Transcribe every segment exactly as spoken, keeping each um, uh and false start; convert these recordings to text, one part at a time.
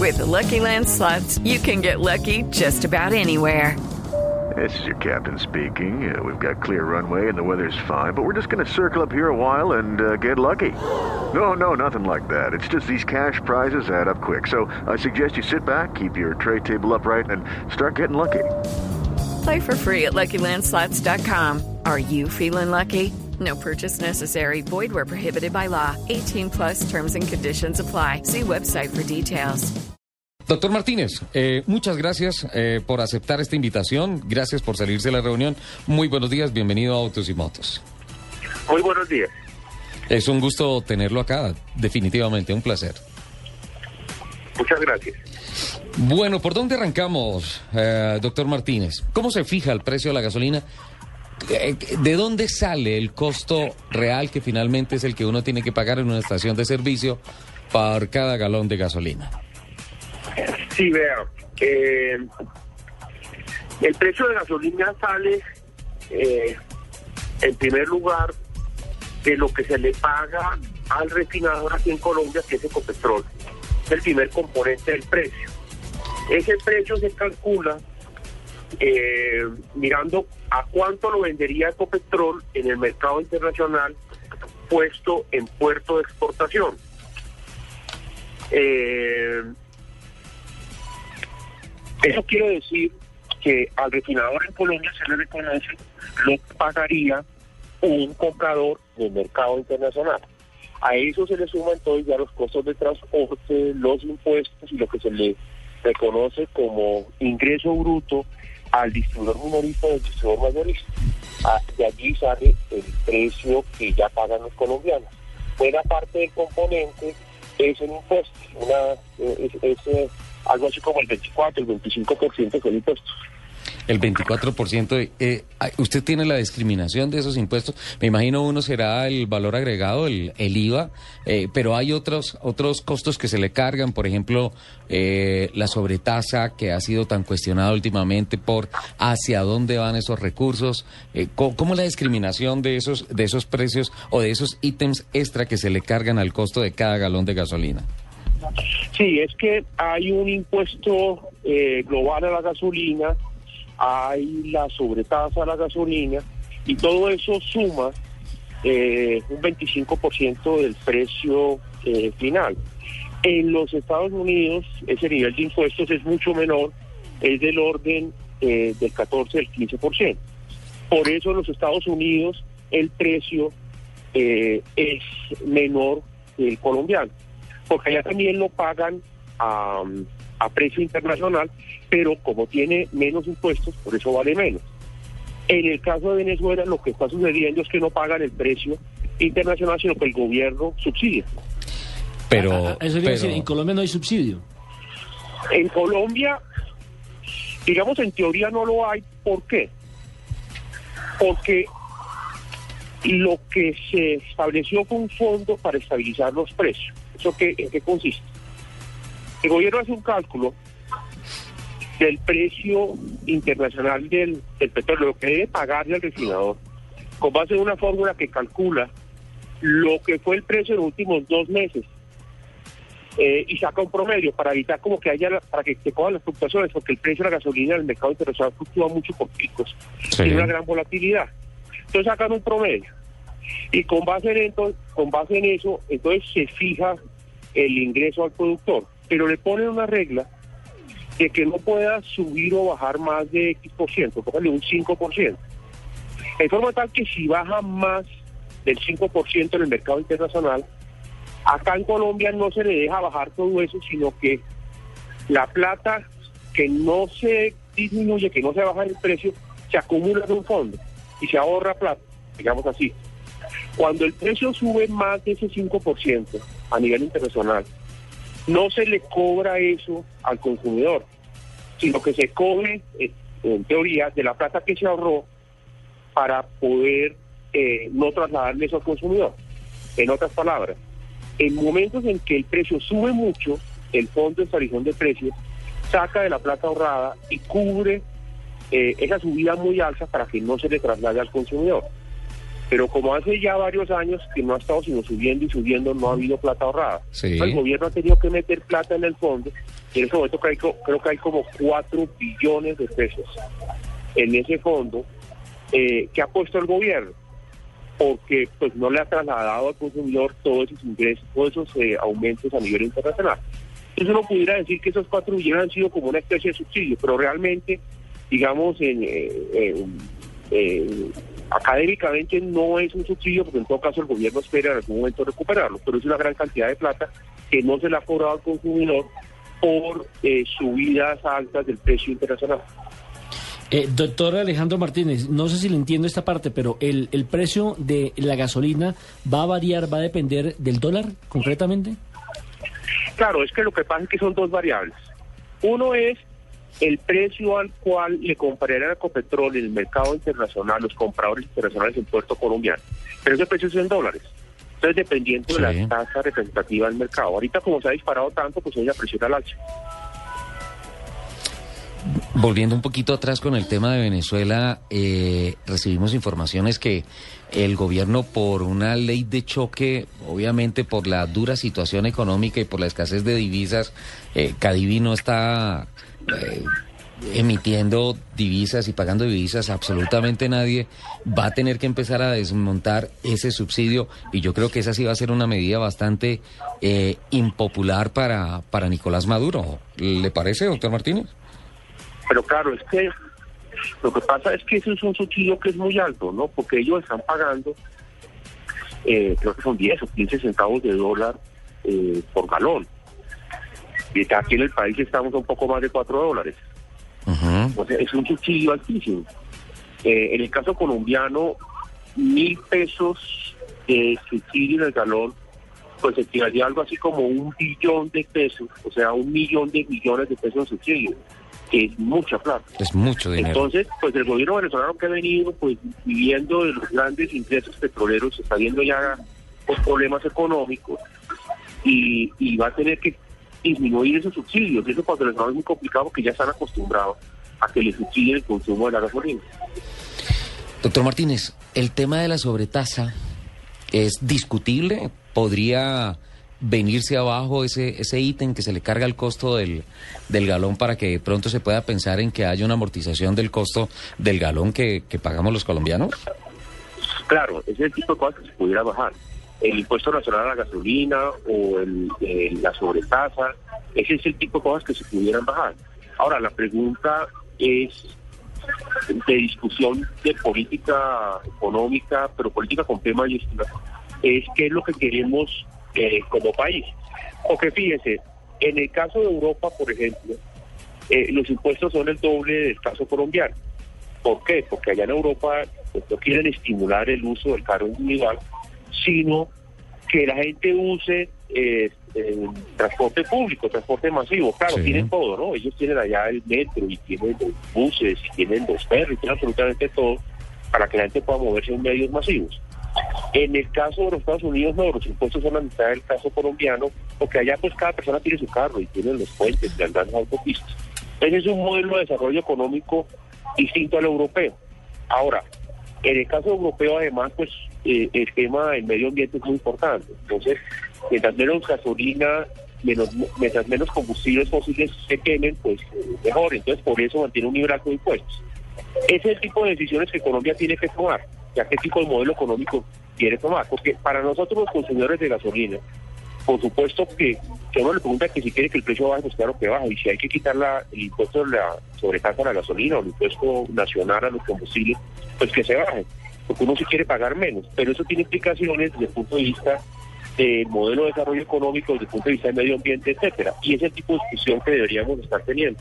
With the Lucky Land Slots, you can get lucky just about anywhere. This is your captain speaking. Uh, we've got clear runway and the weather's fine, but we're just going to circle up here a while and uh, get lucky. No, no, nothing like that. It's just these cash prizes add up quick. So I suggest you sit back, keep your tray table upright, and start getting lucky. Play for free at Lucky Land Slots dot com. Are you feeling lucky? No purchase necessary. Void where prohibited by law. eighteen plus terms and conditions apply. See website for details. Doctor Martínez, eh, muchas gracias eh, por aceptar esta invitación. Gracias por salirse de la reunión. Muy buenos días. Bienvenido a Autos y Motos. Muy buenos días. Es un gusto tenerlo acá. Definitivamente, un placer. Muchas gracias. Bueno, ¿por dónde arrancamos, eh, doctor Martínez? ¿Cómo se fija el precio de la gasolina? ¿De dónde sale el costo real que finalmente es el que uno tiene que pagar en una estación de servicio por cada galón de gasolina? Sí, vea, eh, el precio de gasolina sale eh, en primer lugar de lo que se le paga al refinador aquí en Colombia, que es Ecopetrol. Es el primer componente del precio. Ese precio se calcula eh, mirando a cuánto lo vendería Ecopetrol en el mercado internacional puesto en puerto de exportación. Eh, eso quiere decir que al refinador en Colombia se le reconoce lo que pagaría un comprador del mercado internacional. A eso se le suman entonces ya los costos de transporte, los impuestos y lo que se le reconoce como ingreso bruto al distribuidor minorista del distribuidor mayorista. Ah, de allí sale el precio que ya pagan los colombianos. Buena parte del componente es el impuesto, una, es, es, es algo así como el veinticuatro, el veinticinco por ciento son impuestos. El veinticuatro por ciento. Eh, ¿Usted tiene la discriminación de esos impuestos? Me imagino uno será el valor agregado, el, el I V A, eh, pero hay otros otros costos que se le cargan, por ejemplo, eh, la sobretasa que ha sido tan cuestionada últimamente por hacia dónde van esos recursos. Eh, ¿cómo, ¿Cómo es la discriminación de esos, de esos precios o de esos ítems extra que se le cargan al costo de cada galón de gasolina? Sí, es que hay un impuesto eh, global a la gasolina, hay la sobretasa a la gasolina y todo eso suma eh, un veinticinco por ciento del precio eh, final. En los Estados Unidos ese nivel de impuestos es mucho menor, es del orden eh, del catorce, del quince por ciento. Por eso en los Estados Unidos el precio eh, es menor que el colombiano, porque allá también lo pagan a, a precio internacional, pero como tiene menos impuestos, por eso vale menos. En el caso de Venezuela lo que está sucediendo es que no pagan el precio internacional, sino que el gobierno subsidia. Pero, ah, ah, eso quiere pero... decir, en Colombia no hay subsidio. En Colombia, digamos, en teoría no lo hay. ¿Por qué? Porque lo que se estableció fue un fondo para estabilizar los precios. ¿Eso qué, en qué consiste? El gobierno hace un cálculo del precio internacional del, del petróleo, lo que debe pagarle al refinador, con base en una fórmula que calcula lo que fue el precio en los últimos dos meses eh, y saca un promedio para evitar como que haya, para que se cojan las fluctuaciones, porque el precio de la gasolina en el mercado internacional fluctúa mucho por picos, sí. Tiene una gran volatilidad. Entonces sacan un promedio y con base en entonces, con base en eso, entonces se fija el ingreso al productor, pero le ponen una regla de que no pueda subir o bajar más de X por ciento, póngale un cinco por ciento. En forma tal que si baja más del cinco por ciento en el mercado internacional, acá en Colombia no se le deja bajar todo eso, sino que la plata que no se disminuye, que no se baja el precio, se acumula en un fondo y se ahorra plata, digamos así. Cuando el precio sube más de ese cinco por ciento a nivel internacional, no se le cobra eso al consumidor, sino que se cobre, eh, en teoría, de la plata que se ahorró para poder eh, no trasladarle eso al consumidor. En otras palabras, en momentos en que el precio sube mucho, el Fondo de Estabilización de Precios saca de la plata ahorrada y cubre eh, esa subida muy alta para que no se le traslade al consumidor. Pero como hace ya varios años que no ha estado sino subiendo y subiendo, no ha habido plata ahorrada. Sí. El gobierno ha tenido que meter plata en el fondo Y en ese momento creo, creo que hay como cuatro billones de pesos en ese fondo eh, que ha puesto el gobierno, porque pues no le ha trasladado al consumidor todos esos ingresos, todos esos eh, aumentos a nivel internacional. Entonces uno pudiera decir que esos cuatro billones han sido como una especie de subsidio, pero realmente, digamos, en, eh, en, eh, académicamente no es un subsidio, porque en todo caso el gobierno espera en algún momento recuperarlo, pero es una gran cantidad de plata que no se le ha cobrado al consumidor por eh, subidas altas del precio internacional. Eh, doctor Alejandro Martínez, no sé si le entiendo esta parte, pero el, el precio de la gasolina va a variar, va a depender del dólar, concretamente. Claro, es que lo que pasa es que son dos variables. Uno es el precio al cual le comprarían a Ecopetrol en el mercado internacional, los compradores internacionales en Puerto Colombiano. Pero ese precio es en dólares. Entonces, dependiendo sí. de la tasa representativa del mercado. Ahorita, como se ha disparado tanto, pues ella presiona al alza. Volviendo un poquito atrás con el tema de Venezuela, eh, recibimos informaciones que el gobierno, por una ley de choque, obviamente por la dura situación económica y por la escasez de divisas, eh, Cadivi no está eh, emitiendo divisas y pagando divisas a absolutamente nadie. Va a tener que empezar a desmontar ese subsidio, y yo creo que esa sí va a ser una medida bastante eh, impopular para, para Nicolás Maduro. ¿Le parece, doctor Martínez? Pero claro, es que lo que pasa es que eso es un subsidio que es muy alto, ¿no? Porque ellos están pagando, eh, creo que son diez o quince centavos de dólar eh, por galón. Y aquí en el país estamos a un poco más de cuatro dólares. Uh-huh. O sea, es un subsidio altísimo. Eh, en el caso colombiano, mil pesos de subsidio en el galón, pues equivaldría a algo así como un billón de pesos, o sea, un millón de millones de pesos de subsidio, que es mucha plata. Es mucho dinero. Entonces, pues el gobierno venezolano que ha venido pues viviendo de los grandes ingresos petroleros, está viendo ya pues, problemas económicos, y, y va a tener que disminuir esos subsidios. Eso para el venezolano es muy complicado, porque ya están acostumbrados a que le subsidien el consumo de la gasolina. Doctor Martínez, el tema de la sobretasa es discutible. ¿Podría venirse abajo ese ese ítem que se le carga el costo del, del galón, para que de pronto se pueda pensar en que haya una amortización del costo del galón que, que pagamos los colombianos? Claro, ese es el tipo de cosas que se pudiera bajar. El impuesto nacional a la gasolina o el, el, la sobretasa, ese es el tipo de cosas que se pudieran bajar. Ahora, la pregunta es de discusión de política económica, pero política con P mayúscula, es qué es lo que queremos eh, como país. Porque fíjense, en el caso de Europa, por ejemplo, eh, los impuestos son el doble del caso colombiano. ¿Por qué? Porque allá en Europa pues, no quieren estimular el uso del carro individual, sino que la gente use eh, eh, transporte público, transporte masivo. Claro, sí. Tienen todo, ¿no? Ellos tienen allá el metro, y tienen los buses, y tienen los ferries, tienen absolutamente todo para que la gente pueda moverse en medios masivos. En el caso de los Estados Unidos, no, los impuestos son la mitad del caso colombiano, porque allá pues cada persona tiene su carro y tienen los puentes y andan las autopistas. Ese es un modelo de desarrollo económico distinto al europeo. Ahora, en el caso europeo, además, pues eh, el tema del medio ambiente es muy importante. Entonces, mientras menos gasolina, menos, mientras menos combustibles fósiles se quemen, pues mejor. Entonces, por eso mantiene un nivel alto de impuestos. Ese es el tipo de decisiones que Colombia tiene que tomar. Ya qué tipo de modelo económico quiere tomar. Porque para nosotros los consumidores de gasolina, por supuesto que, que uno le pregunta que si quiere que el precio baje, pues claro que baja. Y si hay que quitar la, el impuesto de la sobretasa a la gasolina o el impuesto nacional a los combustibles, pues que se baje. Porque uno sí quiere pagar menos. Pero eso tiene implicaciones desde el punto de vista del modelo de desarrollo económico, desde el punto de vista del medio ambiente, etcétera. Y ese es el tipo de discusión que deberíamos estar teniendo.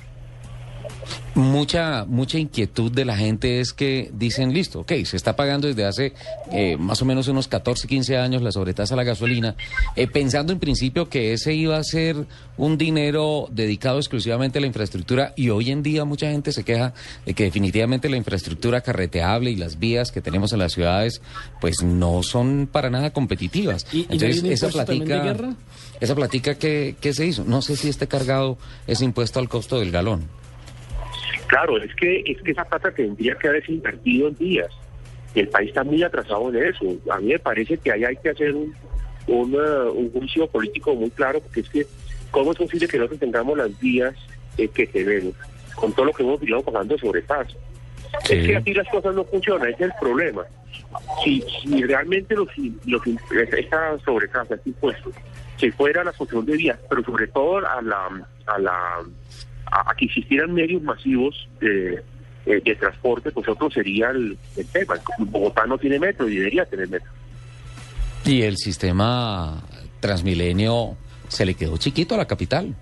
Mucha mucha inquietud de la gente es que dicen, listo, ok, se está pagando desde hace eh, más o menos unos catorce, quince años la sobretasa a la gasolina, eh, pensando en principio que ese iba a ser un dinero dedicado exclusivamente a la infraestructura, y hoy en día mucha gente se queja de que definitivamente la infraestructura carreteable y las vías que tenemos en las ciudades pues no son para nada competitivas. ¿Y, Entonces, ¿y no hay esa platica, de guerra? esa platica ¿qué, qué se hizo? No sé si esté cargado ese impuesto al costo del galón. Claro, es que es que esa plata tendría que haberse invertido en días. Y el país está muy atrasado en eso. A mí me parece que ahí hay que hacer un, un, uh, un juicio político muy claro, porque es que ¿cómo es posible que nosotros tengamos las vías eh, que tenemos, con todo lo que hemos venido pagando de sobrepaso? Sí. Es que aquí las cosas no funcionan, ese es el problema. Si, si realmente los, los, esta sobretasa, este impuesto, se fuera a la construcción de vías, pero sobre todo a la a la a, a que existieran medios masivos de, de, de transporte, pues otro sería el, el tema. Bogotá no tiene metro y debería tener metro. Y el sistema Transmilenio se le quedó chiquito a la capital.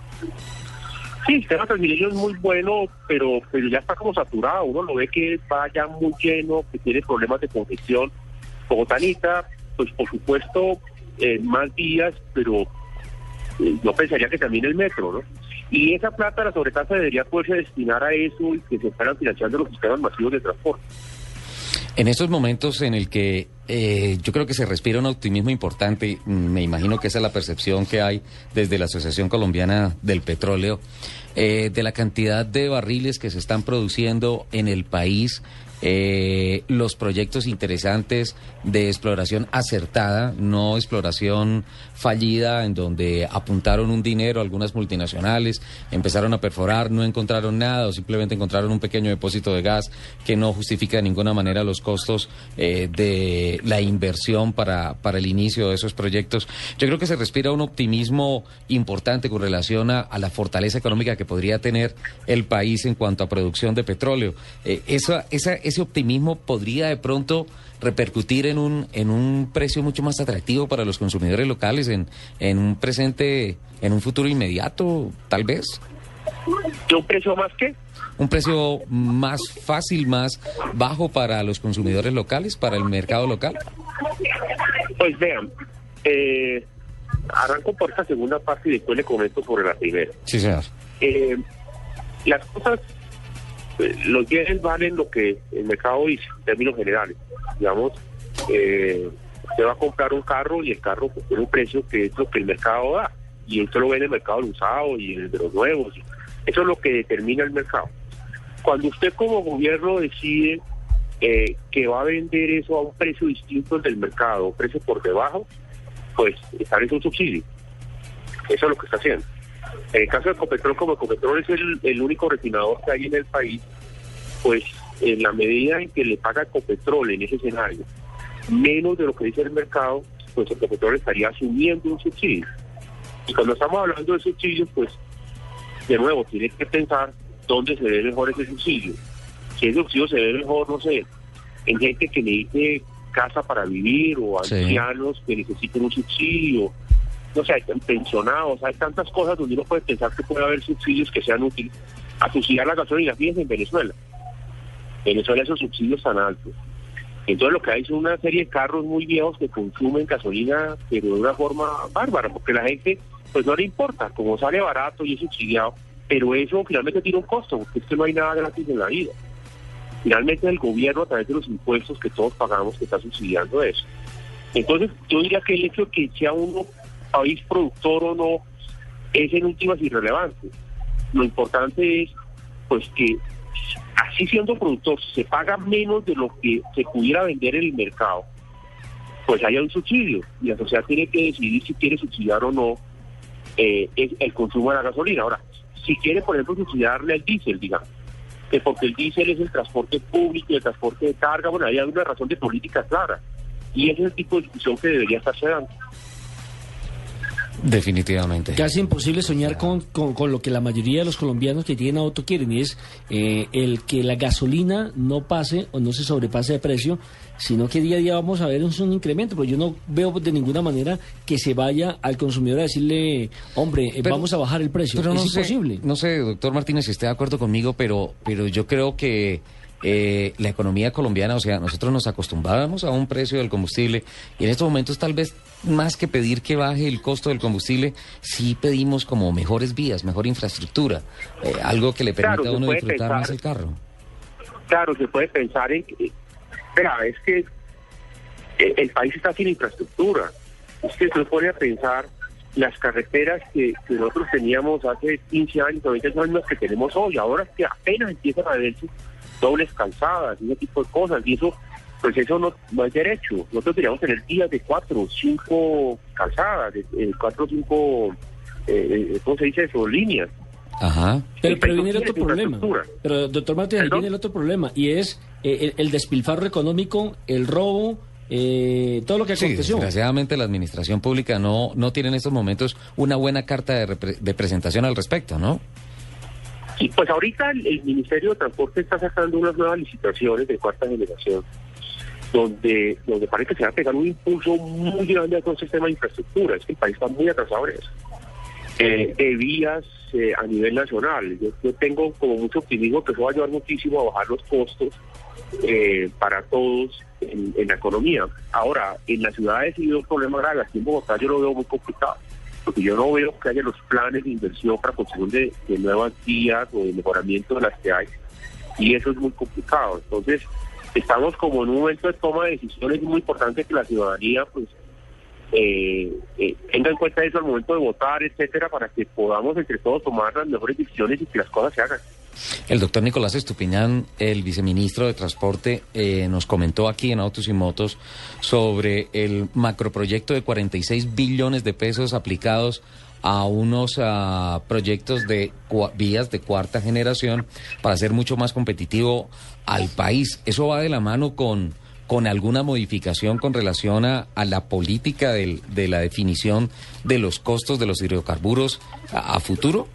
Sí, el sistema Transmilenio es muy bueno, pero, pero ya está como saturado. Uno lo ve que va ya muy lleno, que tiene problemas de congestión. Bogotanita, pues por supuesto, eh, más vías, pero eh, yo pensaría que también el metro, ¿no? Y esa plata, la sobretasa, debería poderse destinar a eso y que se están financiando los sistemas masivos de transporte. En estos momentos en el que eh, yo creo que se respira un optimismo importante, me imagino que esa es la percepción que hay desde la Asociación Colombiana del Petróleo, eh, de la cantidad de barriles que se están produciendo en el país, eh, los proyectos interesantes de exploración acertada, no exploración fallida, en donde apuntaron un dinero algunas multinacionales, empezaron a perforar, no encontraron nada o simplemente encontraron un pequeño depósito de gas que no justifica de ninguna manera los costos eh, de la inversión para, para el inicio de esos proyectos. Yo creo que se respira un optimismo importante con relación a, a la fortaleza económica que podría tener el país en cuanto a producción de petróleo. Eh, esa, esa, ese optimismo podría de pronto repercutir en un en un precio mucho más atractivo para los consumidores locales en, en un presente, en un futuro inmediato, tal vez. ¿Qué un precio más qué? Un precio más fácil, más bajo para los consumidores locales, para el mercado local. Pues vean, eh, arranco por esta segunda parte y después le comento sobre la primera. Sí, señor. Eh, las cosas, eh, los bienes valen lo que el mercado dice, en términos generales. Digamos, eh, usted va a comprar un carro y el carro pues, tiene un precio que es lo que el mercado da. Y usted lo ve en el mercado del usado y en el de los nuevos. Eso es lo que determina el mercado. Cuando usted como gobierno decide eh, que va a vender eso a un precio distinto del mercado, un precio por debajo, pues establece un subsidio. Eso es lo que está haciendo. En el caso de Ecopetrol, como Ecopetrol es el, el único refinador que hay en el país, pues en la medida en que le paga Ecopetrol en ese escenario menos de lo que dice el mercado, pues Ecopetrol estaría asumiendo un subsidio. Y cuando estamos hablando de subsidios, pues de nuevo tiene que pensar dónde se ve mejor ese subsidio. Si ese subsidio se ve mejor, no sé, en gente que necesite casa para vivir o ancianos sí. que necesiten un subsidio, no sé, pensionados, hay tantas cosas donde uno puede pensar que puede haber subsidios que sean útiles a subsidiar la gasolina. Fíjense en Venezuela. Venezuela esos subsidios tan altos. Entonces lo que hay son una serie de carros muy viejos que consumen gasolina, pero de una forma bárbara, porque la gente pues no le importa, como sale barato y es subsidiado, pero eso finalmente tiene un costo, porque es que no hay nada gratis en la vida. Finalmente el gobierno, a través de los impuestos que todos pagamos, que está subsidiando eso. Entonces yo diría que el hecho de que sea uno país productor o no, es en últimas irrelevante. Lo importante es pues que así siendo productor, si se paga menos de lo que se pudiera vender en el mercado, pues haya un subsidio y la sociedad tiene que decidir si quiere subsidiar o no eh, el, el consumo de la gasolina. Ahora, si quiere, por ejemplo, subsidiarle al diésel, digamos, que porque el diésel es el transporte público y el transporte de carga, bueno, ahí hay una razón de política clara y ese es el tipo de discusión que debería estarse dando. Definitivamente. Casi imposible soñar con, con, con lo que la mayoría de los colombianos que tienen auto quieren, y es eh, el que la gasolina no pase o no se sobrepase de precio, sino que día a día vamos a ver un, un incremento, pero yo no veo de ninguna manera que se vaya al consumidor a decirle, hombre, eh, pero, vamos a bajar el precio. Pero es no imposible. Sé, no sé, doctor Martínez, si esté de acuerdo conmigo, pero, pero yo creo que Eh, la economía colombiana, o sea, nosotros nos acostumbrábamos a un precio del combustible y en estos momentos tal vez más que pedir que baje el costo del combustible, sí pedimos como mejores vías, mejor infraestructura, eh, algo que le permita claro, a uno disfrutar pensar, más el carro. Claro, se puede pensar en que, espera, es que el país está sin infraestructura. Es que se pone a pensar las carreteras que, que nosotros teníamos hace quince años o veinte años, las que tenemos hoy, ahora es que apenas empiezan a verse dobles calzadas, ese tipo de cosas, y eso, pues eso no, no es derecho. Nosotros deberíamos tener días de cuatro o cinco calzadas, de, de cuatro o cinco eh, ¿cómo se dice eso? Líneas. Ajá. Pero, El pero país no viene el tiene otro problema. infraestructura. Pero, doctor Martínez, ahí ¿Perdón? viene el otro problema, y es eh, el, el despilfarro económico, el robo, eh, todo lo que Sí, aconteció. desgraciadamente la administración pública no, no tiene en estos momentos una buena carta de, repre- de presentación al respecto, ¿no? Sí, pues ahorita el, el Ministerio de Transporte está sacando unas nuevas licitaciones de cuarta generación, donde, donde parece que se va a pegar un impulso muy grande a todo el sistema de infraestructura. Es que el país está muy atrasado en eso. Eh, de vías eh, a nivel nacional. Yo, yo tengo como mucho optimismo que eso va a ayudar muchísimo a bajar los costos eh, para todos en, en la economía. Ahora, en las ciudades sí hay un problema grave. Aquí en Bogotá yo lo veo muy complicado, porque yo no veo que haya los planes de inversión para construcción de, de nuevas vías o de mejoramiento de las que hay, y eso es muy complicado. Entonces, estamos como en un momento de toma de decisiones muy importante que la ciudadanía pues eh, eh, tenga en cuenta eso al momento de votar, etcétera, para que podamos entre todos tomar las mejores decisiones y que las cosas se hagan. El doctor Nicolás Estupiñán, el viceministro de Transporte, eh, nos comentó aquí en Autos y Motos sobre el macroproyecto de cuarenta y seis billones de pesos aplicados a unos uh, proyectos de cua- vías de cuarta generación para hacer mucho más competitivo al país. ¿Eso va de la mano con, con alguna modificación con relación a, a la política del, de la definición de los costos de los hidrocarburos a, a futuro?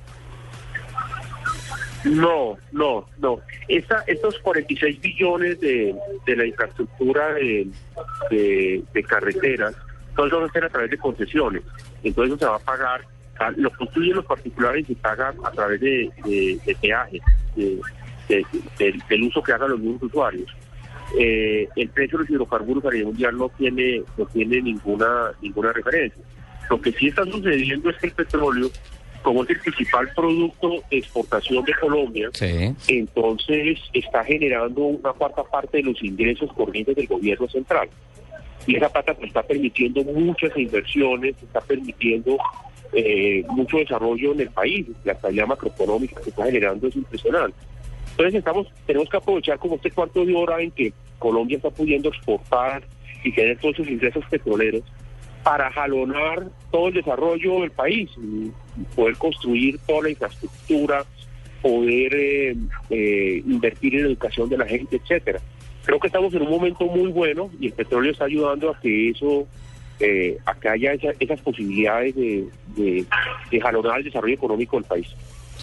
No, no, no. Esta, estos cuarenta y seis billones de, de la infraestructura de, de, de carreteras, todo eso va a ser a través de concesiones. Entonces eso se va a pagar, lo construyen los particulares y se paga a través de, de, de peajes, de, de, de, del uso que hagan los mismos usuarios. Eh, el precio de los hidrocarburos a nivel mundial no tiene, no tiene ninguna, ninguna referencia. Lo que sí está sucediendo es que el petróleo, como es el principal producto de exportación de Colombia, Sí. entonces está generando una cuarta parte de los ingresos corrientes del gobierno central. Y esa plata pues, está permitiendo muchas inversiones, está permitiendo eh, mucho desarrollo en el país. La estabilidad macroeconómica que está generando es impresionante. Entonces estamos tenemos que aprovechar como este cuarto de hora en que Colombia está pudiendo exportar y tener todos sus ingresos petroleros para jalonar todo el desarrollo del país y poder construir toda la infraestructura, poder eh, eh, invertir en la educación de la gente, etcétera. Creo que estamos en un momento muy bueno y el petróleo está ayudando a que eso, eh, a que haya esa, esas posibilidades de, de, de jalonar el desarrollo económico del país.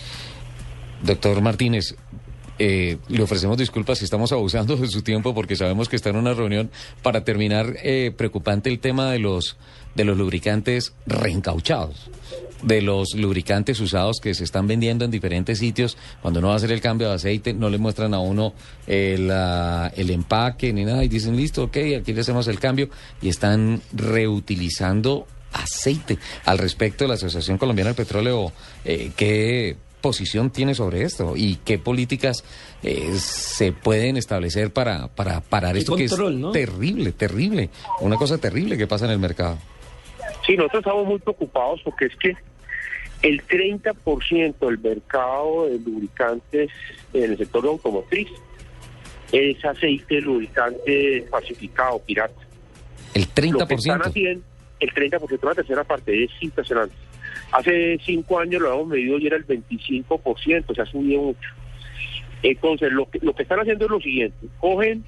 Doctor Martínez, eh, le ofrecemos disculpas si estamos abusando de su tiempo porque sabemos que está en una reunión. Para terminar, eh, preocupante el tema de los de los lubricantes reencauchados, de los lubricantes usados que se están vendiendo en diferentes sitios. Cuando uno va a hacer el cambio de aceite, no le muestran a uno el, uh, el empaque ni nada y dicen, listo, ok, aquí le hacemos el cambio, y están reutilizando aceite. Al respecto, la Asociación Colombiana del Petróleo, eh, ¿qué posición tiene sobre esto y qué políticas eh, se pueden establecer para, para parar El esto control, que es ¿no? terrible, terrible, una cosa terrible que pasa en el mercado? Sí, nosotros estamos muy preocupados porque es que el treinta por ciento del mercado de lubricantes en el sector automotriz es aceite lubricante falsificado, pirata. El treinta Lo que por están ciento. haciendo, el treinta por ciento, la tercera parte, es impresionante. Hace cinco años lo habíamos medido y era el veinticinco por ciento, se ha subido mucho. Entonces, lo que, lo que están haciendo es lo siguiente: cogen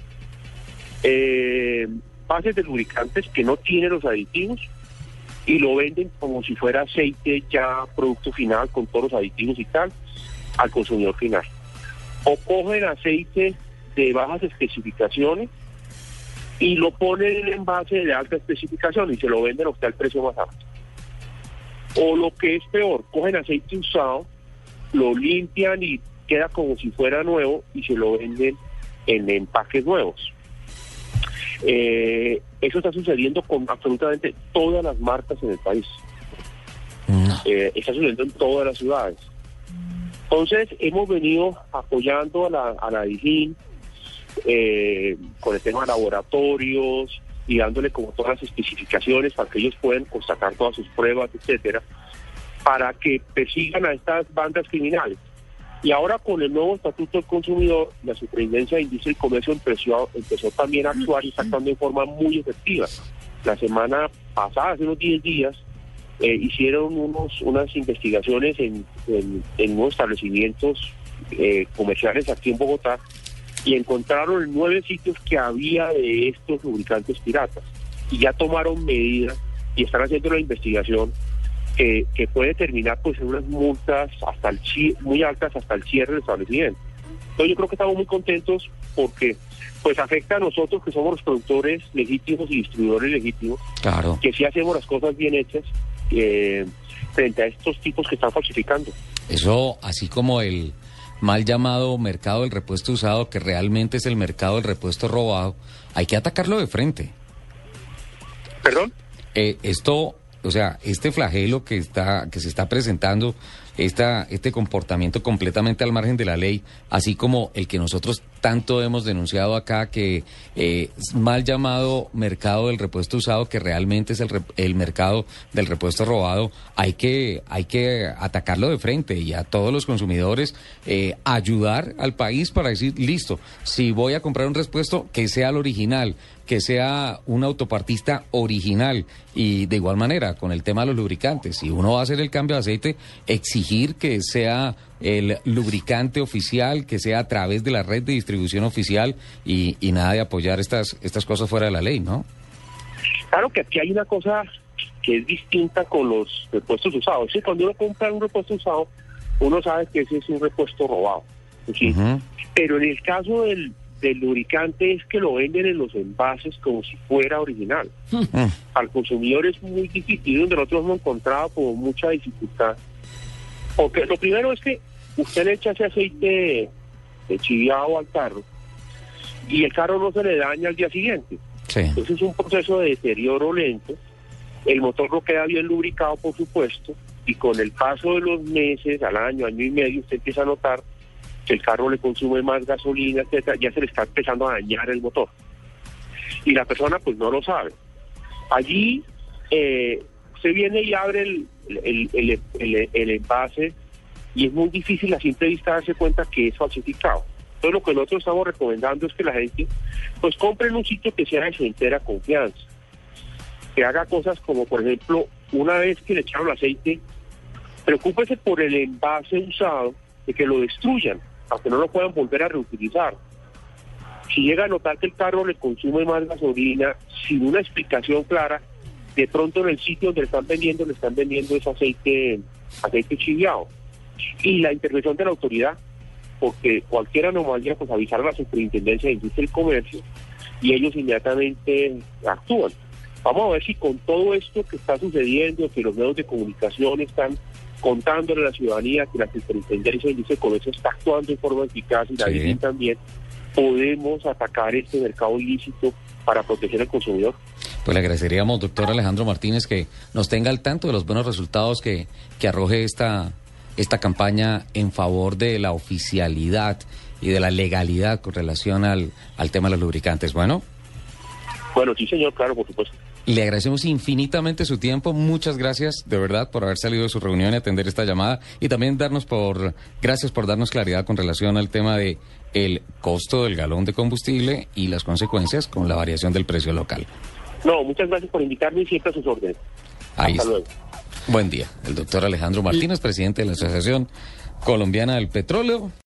eh, bases de lubricantes que no tienen los aditivos y lo venden como si fuera aceite ya producto final con todos los aditivos y tal al consumidor final. O cogen aceite de bajas especificaciones y lo ponen en envase de alta especificación y se lo venden a usted al precio más alto. O lo que es peor, cogen aceite usado, lo limpian y queda como si fuera nuevo y se lo venden en empaques nuevos. Eh, eso está sucediendo con absolutamente todas las marcas en el país. No. Eh, está sucediendo en todas las ciudades. Entonces, hemos venido apoyando a la, a la DIJÍN eh, con el tema de laboratorios y dándole como todas las especificaciones para que ellos puedan constatar todas sus pruebas, etcétera, para que persigan a estas bandas criminales. Y ahora con el nuevo Estatuto del Consumidor, la Superintendencia de Industria y Comercio empezó, empezó también a actuar y está actuando de forma muy efectiva. La semana pasada, hace unos diez días, eh, hicieron unos unas investigaciones en, en, en unos establecimientos eh, comerciales aquí en Bogotá y encontraron en nueve sitios que había de estos lubricantes piratas y ya tomaron medidas y están haciendo una investigación que, que puede terminar pues en unas multas hasta el muy altas hasta el cierre del establecimiento. Entonces yo creo que estamos muy contentos porque pues afecta a nosotros que somos los productores legítimos y distribuidores legítimos, claro, que sí hacemos las cosas bien hechas eh, frente a estos tipos que están falsificando. Eso, así como el mal llamado mercado del repuesto usado, que realmente es el mercado del repuesto robado, hay que atacarlo de frente. ¿Perdón? Eh, esto, o sea, este flagelo que está, que se está presentando, esta, este comportamiento completamente al margen de la ley, así como el que nosotros tanto hemos denunciado acá, que eh, mal llamado mercado del repuesto usado, que realmente es el, el mercado del repuesto robado, hay que, hay que atacarlo de frente y a todos los consumidores eh, ayudar al país para decir, listo, si voy a comprar un repuesto, que sea el original, que sea un autopartista original, y de igual manera con el tema de los lubricantes, si uno va a hacer el cambio de aceite, exigir que sea el lubricante oficial, que sea a través de la red de distribución oficial y, y nada de apoyar estas, estas cosas fuera de la ley, ¿no? Claro que aquí hay una cosa que es distinta con los repuestos usados. Sí, cuando uno compra un repuesto usado, uno sabe que ese es un repuesto robado, ¿sí? Uh-huh. Pero en el caso del del lubricante es que lo venden en los envases como si fuera original. Uh-huh. Al consumidor es muy difícil, donde nosotros hemos encontrado como mucha dificultad. Porque lo primero es que usted le echa ese aceite de chiviado al carro y el carro no se le daña al día siguiente. Sí. Entonces es un proceso de deterioro lento. El motor no queda bien lubricado, por supuesto, y con el paso de los meses, al año, año y medio, usted empieza a notar que el carro le consume más gasolina, etcétera, ya se le está empezando a dañar el motor. Y la persona pues no lo sabe. Allí eh, se viene y abre el, el, el, el, el envase y es muy difícil a simple vista darse cuenta que es falsificado. Entonces lo que nosotros estamos recomendando es que la gente pues compre en un sitio que sea de su entera confianza. Que haga cosas como, por ejemplo, una vez que le echaron aceite, preocúpese por el envase usado, de que lo destruyan, aunque no lo puedan volver a reutilizar. Si llega a notar que el carro le consume más gasolina, sin una explicación clara, de pronto en el sitio donde le están vendiendo, le están vendiendo ese aceite, aceite chiviado. Y la intervención de la autoridad, porque cualquier anomalía, pues avisar a la Superintendencia de Industria y Comercio, y ellos inmediatamente actúan. Vamos a ver si con todo esto que está sucediendo, que los medios de comunicación están contándole a la ciudadanía que la Superintendencia de Industria y Comercio está actuando de forma eficaz y la D I N también, podemos atacar este mercado ilícito para proteger al consumidor. Pues le agradeceríamos, doctor Alejandro Martínez, que nos tenga al tanto de los buenos resultados que, que arroje esta, esta campaña en favor de la oficialidad y de la legalidad con relación al, al tema de los lubricantes. Bueno. Bueno, sí, señor, claro, por supuesto. Le agradecemos infinitamente su tiempo. Muchas gracias, de verdad, por haber salido de su reunión y atender esta llamada. Y también darnos por, gracias por darnos claridad con relación al tema de el costo del galón de combustible y las consecuencias con la variación del precio local. No, muchas gracias por invitarme y siempre a sus órdenes. Ahí Hasta está. luego. Buen día. El doctor Alejandro Martínez, presidente de la Asociación Colombiana del Petróleo.